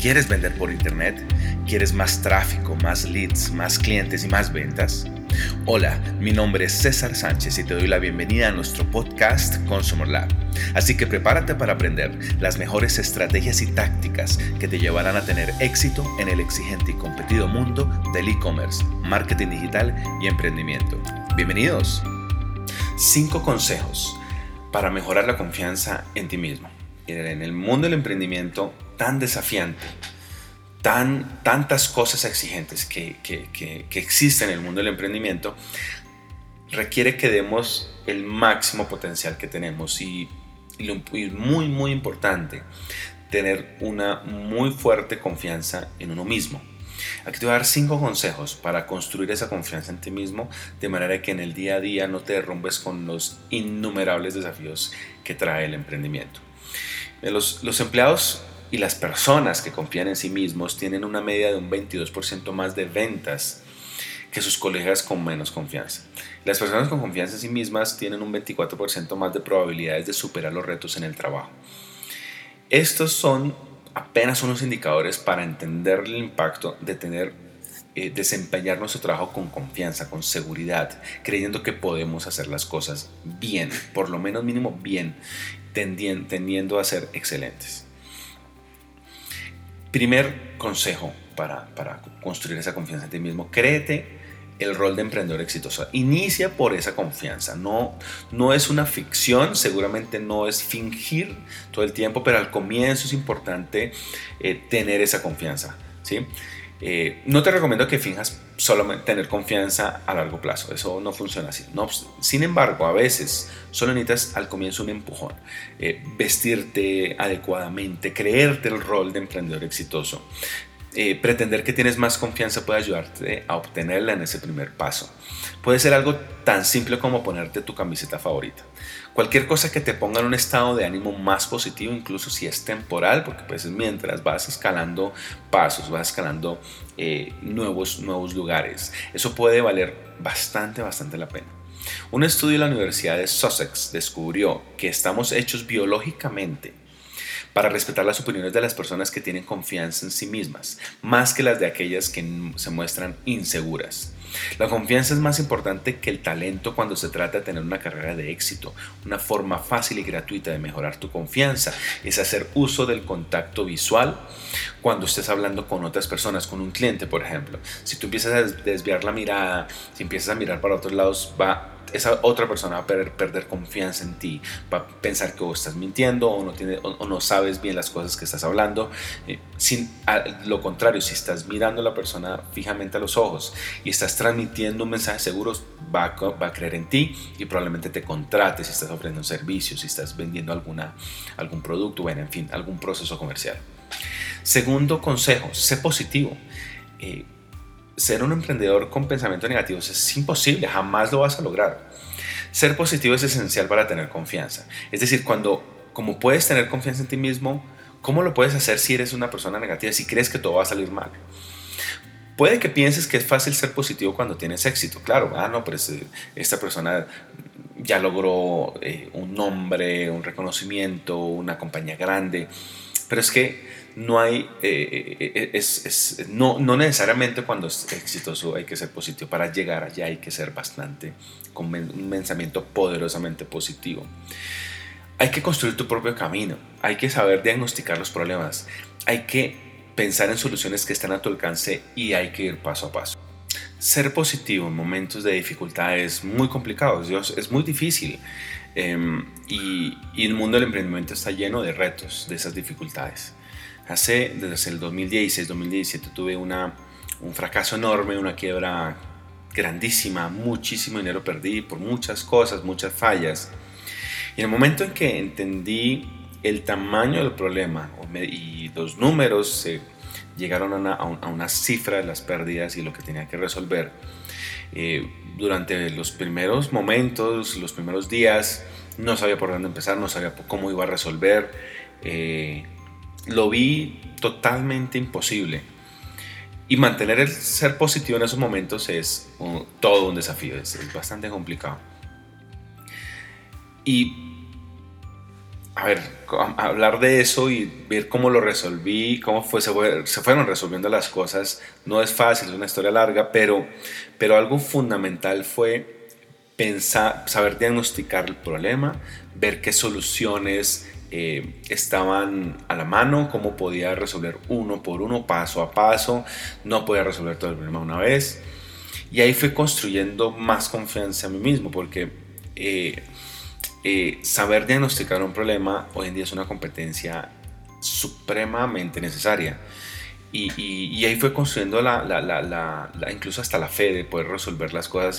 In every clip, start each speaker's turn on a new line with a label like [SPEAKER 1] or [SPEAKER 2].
[SPEAKER 1] ¿Quieres vender por internet? ¿Quieres más tráfico, más leads, más clientes y más ventas? Hola, mi nombre es César Sánchez y te doy la bienvenida a nuestro podcast Consumer Lab. Así que prepárate para aprender las mejores estrategias y tácticas que te llevarán a tener éxito en el exigente y competido mundo del e-commerce, marketing digital y emprendimiento. ¡Bienvenidos! 5 consejos para mejorar la confianza en ti mismo. En el mundo del emprendimiento tan desafiante, tantas cosas exigentes que existen en el mundo del emprendimiento, requiere que demos el máximo potencial que tenemos y muy importante, tener una muy fuerte confianza en uno mismo. Aquí te voy a dar 5 consejos para construir esa confianza en ti mismo, de manera que en el día a día no te derrumbes con los innumerables desafíos que trae el emprendimiento. Los empleados y las personas que confían en sí mismos tienen una media de un 22% más de ventas que sus colegas con menos confianza. Las personas con confianza en sí mismas tienen un 24% más de probabilidades de superar los retos en el trabajo. Estos son apenas unos indicadores para entender el impacto de desempeñar nuestro trabajo con confianza, con seguridad, creyendo que podemos hacer las cosas bien, por lo menos mínimo bien, tendiendo a ser excelentes. Primer consejo para construir esa confianza en ti mismo: créete el rol de emprendedor exitoso. Inicia por esa confianza. No es una ficción, seguramente no es fingir todo el tiempo, pero al comienzo es importante tener esa confianza, ¿sí? No te recomiendo que finjas solamente tener confianza a largo plazo, eso no funciona así. Sin embargo, a veces solo necesitas al comienzo un empujón, vestirte adecuadamente, creerte el rol de emprendedor exitoso. Pretender que tienes más confianza puede ayudarte a obtenerla en ese primer paso. Puede ser algo tan simple como ponerte tu camiseta favorita. Cualquier cosa que te ponga en un estado de ánimo más positivo, incluso si es temporal, porque pues mientras vas escalando pasos, vas escalando nuevos lugares, eso puede valer bastante la pena. Un estudio de la Universidad de Sussex descubrió que estamos hechos biológicamente para respetar las opiniones de las personas que tienen confianza en sí mismas, más que las de aquellas que se muestran inseguras. La confianza es más importante que el talento cuando se trata de tener una carrera de éxito. Una forma fácil y gratuita de mejorar tu confianza es hacer uso del contacto visual cuando estés hablando con otras personas, con un cliente, por ejemplo. Si tú empiezas a desviar la mirada, si empiezas a mirar para otros lados, esa otra persona va a perder confianza en ti, va a pensar que vos estás mintiendo o no sabes bien las cosas que estás hablando. Lo contrario, si estás mirando a la persona fijamente a los ojos y estás transmitiendo un mensaje seguro, va a creer en ti y probablemente te contrate si estás ofreciendo un servicio, si estás vendiendo algún producto, bueno, en fin, algún proceso comercial. Segundo consejo: sé positivo. Ser un emprendedor con pensamientos negativos es imposible, jamás lo vas a lograr. Ser positivo es esencial para tener confianza. Es decir, como puedes tener confianza en ti mismo, ¿cómo lo puedes hacer si eres una persona negativa, si crees que todo va a salir mal? Puede que pienses que es fácil ser positivo cuando tienes éxito. Claro, pues esta persona ya logró un nombre, un reconocimiento, una compañía grande. Pero es que no hay, no necesariamente cuando es exitoso hay que ser positivo. Para llegar allá hay que ser con un pensamiento poderosamente positivo. Hay que construir tu propio camino, hay que saber diagnosticar los problemas, hay que pensar en soluciones que están a tu alcance y hay que ir paso a paso. Ser positivo en momentos de dificultad es muy complicado, es muy difícil. Y el mundo del emprendimiento está lleno de retos, de esas dificultades. Desde el 2016-2017 tuve un fracaso enorme, una quiebra grandísima, muchísimo dinero perdí por muchas cosas, muchas fallas. Y en el momento en que entendí el tamaño del problema y los números llegaron a una cifra de las pérdidas y lo que tenía que resolver, durante los primeros momentos, los primeros días, no sabía por dónde empezar, no sabía cómo iba a resolver. Lo vi totalmente imposible. Y mantener el ser positivo en esos momentos es todo un desafío, es bastante complicado. Y a ver, hablar de eso y ver cómo lo resolví, se fueron resolviendo las cosas. No es fácil, es una historia larga, pero algo fundamental fue pensar, saber diagnosticar el problema, ver qué soluciones estaban a la mano, cómo podía resolver uno por uno, paso a paso. No podía resolver todo el problema una vez. Y ahí fui construyendo más confianza en mí mismo, porque saber diagnosticar un problema hoy en día es una competencia supremamente necesaria. Y ahí fue construyendo incluso hasta la fe de poder resolver las cosas,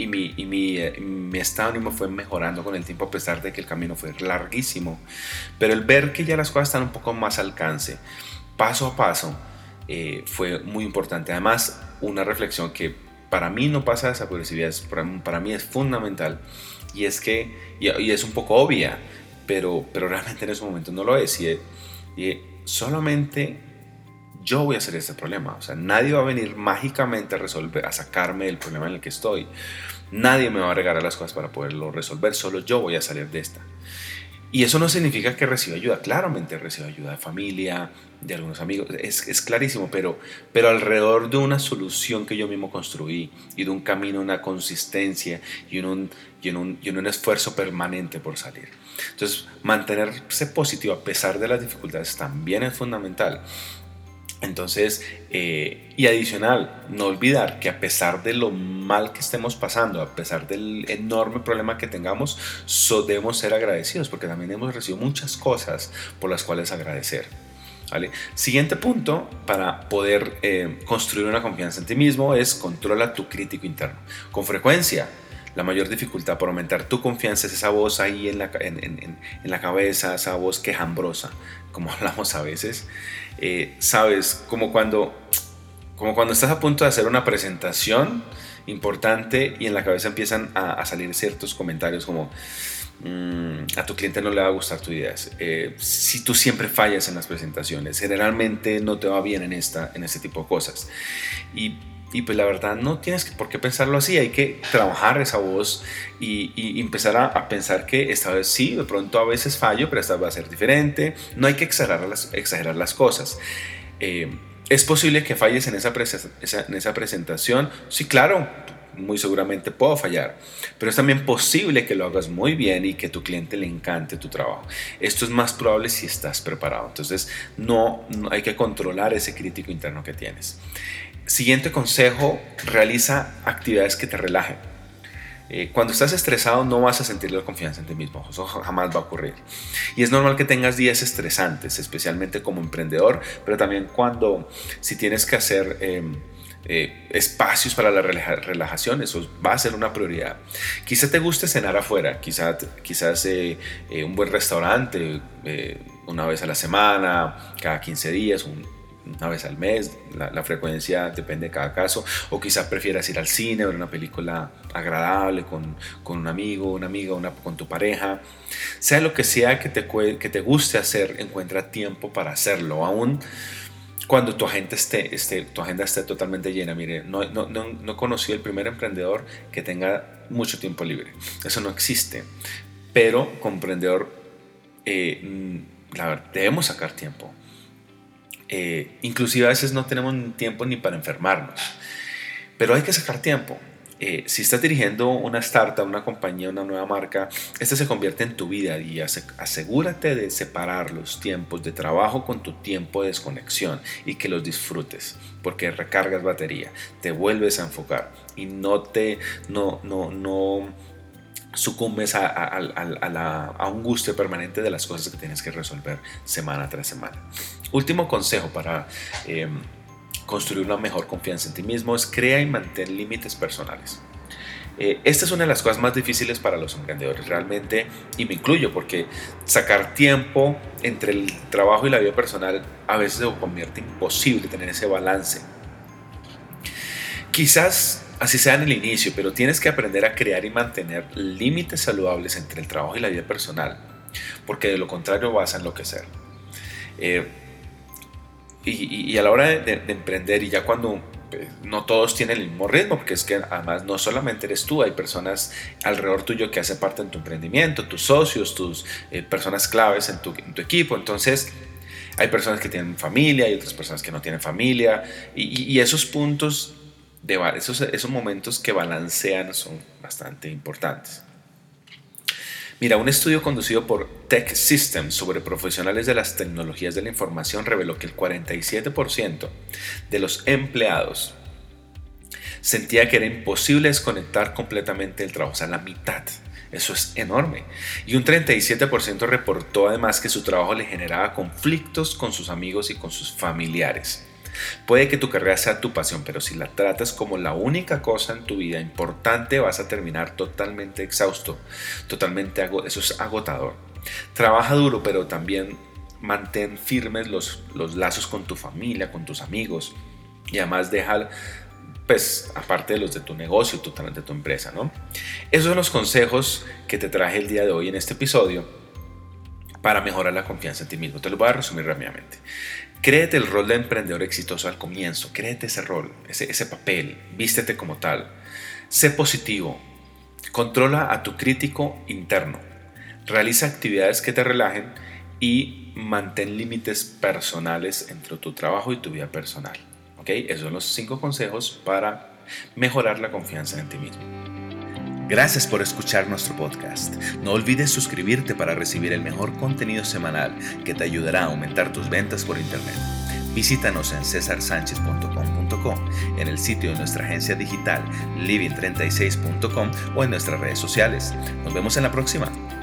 [SPEAKER 1] mi estado de ánimo fue mejorando con el tiempo, a pesar de que el camino fue larguísimo. Pero el ver que ya las cosas están un poco más al alcance, paso a paso, fue muy importante. Además, una reflexión que para mí no pasa desapercibida, para mí es fundamental, y es que, y es un poco obvia, pero realmente en ese momento no lo es, y solamente yo voy a hacer este problema. O sea, nadie va a venir mágicamente a sacarme del problema en el que estoy. Nadie me va a regalar las cosas para poderlo resolver, solo yo voy a salir de esta. Y eso no significa que reciba ayuda. Claramente recibo ayuda de familia, de algunos amigos, es clarísimo, pero alrededor de una solución que yo mismo construí, y de un camino, una consistencia y un esfuerzo permanente por salir. Entonces, mantenerse positivo a pesar de las dificultades también es fundamental. Entonces, y adicional, no olvidar que a pesar de lo mal que estemos pasando, a pesar del enorme problema que tengamos, debemos ser agradecidos, porque también hemos recibido muchas cosas por las cuales agradecer. ¿Vale? Siguiente punto para poder construir una confianza en ti mismo es: controla tu crítico interno. Con frecuencia, la mayor dificultad por aumentar tu confianza es esa voz ahí en la cabeza, esa voz quejambrosa, como hablamos a veces. Sabes, como cuando estás a punto de hacer una presentación importante y en la cabeza empiezan a salir ciertos comentarios como: a tu cliente no le va a gustar tu idea. Si tú siempre fallas en las presentaciones, generalmente no te va bien en este tipo de cosas. Y pues la verdad no tienes por qué pensarlo así. Hay que trabajar esa voz y empezar a pensar que esta vez sí, de pronto a veces fallo, pero esta va a ser diferente. No hay que exagerar las cosas. ¿Es posible que falles en esa presentación? Sí, claro, muy seguramente puedo fallar, pero es también posible que lo hagas muy bien y que a tu cliente le encante tu trabajo. Esto es más probable si estás preparado. Entonces no hay que controlar ese crítico interno que tienes. Siguiente consejo: realiza actividades que te relajen. Cuando estás estresado no vas a sentir la confianza en ti mismo, eso jamás va a ocurrir. Y es normal que tengas días estresantes, especialmente como emprendedor, pero también si tienes que hacer espacios para la relajación, eso va a ser una prioridad. Quizá te guste cenar afuera, quizás un buen restaurante, una vez a la semana, cada 15 días, una vez al mes. La frecuencia depende de cada caso. O quizás prefieras ir al cine, ver una película agradable con un amigo, una amiga, con tu pareja. Sea lo que sea que te guste hacer, encuentra tiempo para hacerlo, aún cuando tu agenda esté totalmente llena. Mire, no conocí el primer emprendedor que tenga mucho tiempo libre. Eso no existe. Pero como emprendedor, la verdad, debemos sacar tiempo. Inclusive a veces no tenemos tiempo ni para enfermarnos, pero hay que sacar tiempo. Si estás dirigiendo una startup, una compañía, una nueva marca, esta se convierte en tu vida, y asegúrate de separar los tiempos de trabajo con tu tiempo de desconexión y que los disfrutes, porque recargas batería, te vuelves a enfocar y no sucumbes a un gusto permanente de las cosas que tienes que resolver semana tras semana. Último consejo para construir una mejor confianza en ti mismo es: crea y mantén límites personales. Esta es una de las cosas más difíciles para los emprendedores realmente, y me incluyo, porque sacar tiempo entre el trabajo y la vida personal a veces se convierte imposible tener ese balance. Quizás así sea en el inicio, pero tienes que aprender a crear y mantener límites saludables entre el trabajo y la vida personal, porque de lo contrario vas a enloquecer. Y a la hora de emprender, y ya cuando no todos tienen el mismo ritmo, porque es que además no solamente eres tú, hay personas alrededor tuyo que hacen parte de tu emprendimiento, tus socios, tus personas claves en tu equipo. Entonces hay personas que tienen familia, hay otras personas que no tienen familia, y esos puntos, esos momentos que balancean son bastante importantes. Mira, un estudio conducido por Tech Systems sobre profesionales de las tecnologías de la información reveló que el 47% de los empleados sentía que era imposible desconectar completamente del trabajo, o sea, la mitad. Eso es enorme. Y un 37% reportó además que su trabajo le generaba conflictos con sus amigos y con sus familiares. Puede que tu carrera sea tu pasión, pero si la tratas como la única cosa en tu vida importante, vas a terminar totalmente exhausto, eso es agotador. Trabaja duro, pero también mantén firmes los lazos con tu familia, con tus amigos, y además deja, pues, aparte de los de tu negocio, totalmente de tu empresa, ¿no? Esos son los consejos que te traje el día de hoy en este episodio para mejorar la confianza en ti mismo. Te lo voy a resumir rápidamente. Créete el rol de emprendedor exitoso al comienzo, créete ese rol, ese papel, vístete como tal, sé positivo, controla a tu crítico interno, realiza actividades que te relajen y mantén límites personales entre tu trabajo y tu vida personal. ¿Okay? Esos son los 5 consejos para mejorar la confianza en ti mismo. Gracias por escuchar nuestro podcast. No olvides suscribirte para recibir el mejor contenido semanal que te ayudará a aumentar tus ventas por internet. Visítanos en cesarsanchez.com.co, en el sitio de nuestra agencia digital living36.com o en nuestras redes sociales. Nos vemos en la próxima.